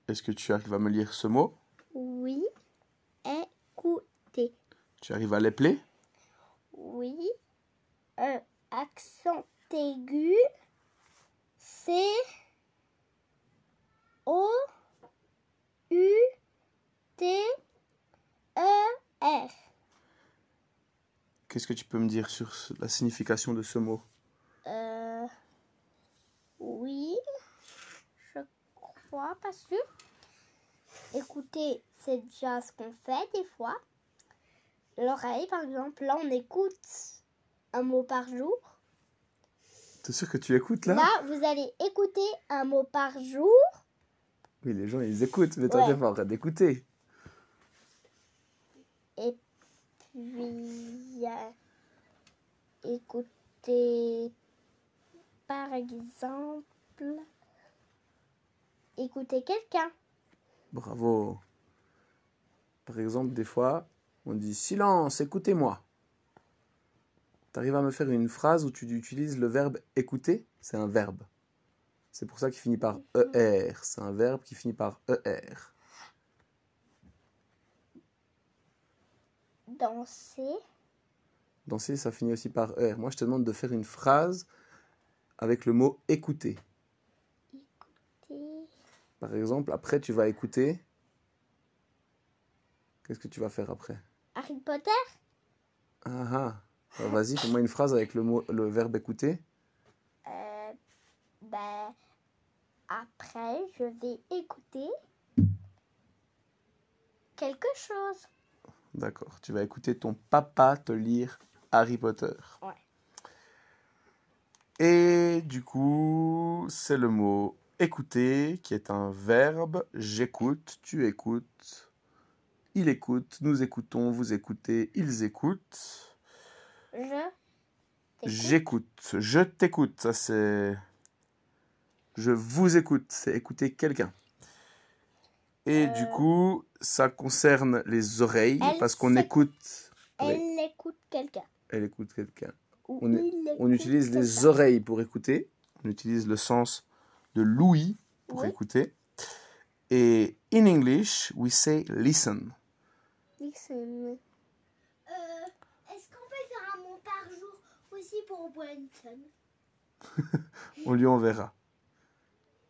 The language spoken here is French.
Est-ce que tu arrives à me lire ce mot? Oui. Écouter. Tu arrives à l'épeler? Oui. Un accent aigu. C. O. U. T. E. R. Qu'est-ce que tu peux me dire sur la signification de ce mot? Oui. Je crois, pas sûr. Écouter, c'est déjà ce qu'on fait des fois. L'oreille, par exemple, là, on écoute un mot par jour. T'es sûr que tu écoutes là? Là, vous allez écouter un mot par jour. Oui, les gens, ils écoutent, mais toi, Ouais. t'es pas en train d'écouter. Et puis, écouter, par exemple, écouter quelqu'un. Bravo. Par exemple, des fois, on dit « Silence, écoutez-moi ». T'arrives à me faire une phrase où tu utilises le verbe « écouter » ? C'est un verbe. C'est pour ça qu'il finit par « er ». C'est un verbe qui finit par « er ». Danser. Danser, ça finit aussi par « er ». Moi, je te demande de faire une phrase avec le mot « écouter ». Écouter. Par exemple, après, tu vas écouter. Qu'est-ce que tu vas faire après? Harry Potter. Ah ah. Alors, vas-y, fais-moi une phrase avec le verbe écouter. Après, je vais écouter quelque chose. D'accord. Tu vas écouter ton papa te lire Harry Potter. Ouais. Et du coup, c'est le mot écouter qui est un verbe. J'écoute, tu écoutes, il écoute, nous écoutons, vous écoutez, ils écoutent. J'écoute, je t'écoute, ça c'est... Je vous écoute, c'est écouter quelqu'un. Et du coup, ça concerne les oreilles, parce qu'on écoute... Elle écoute quelqu'un. Elle écoute quelqu'un. Ou On utilise les oreilles pour écouter. On utilise le sens de l'ouïe pour écouter. Et in English, we say listen. Listen. Est-ce qu'on peut faire un mot par jour aussi pour Brenton? On lui enverra.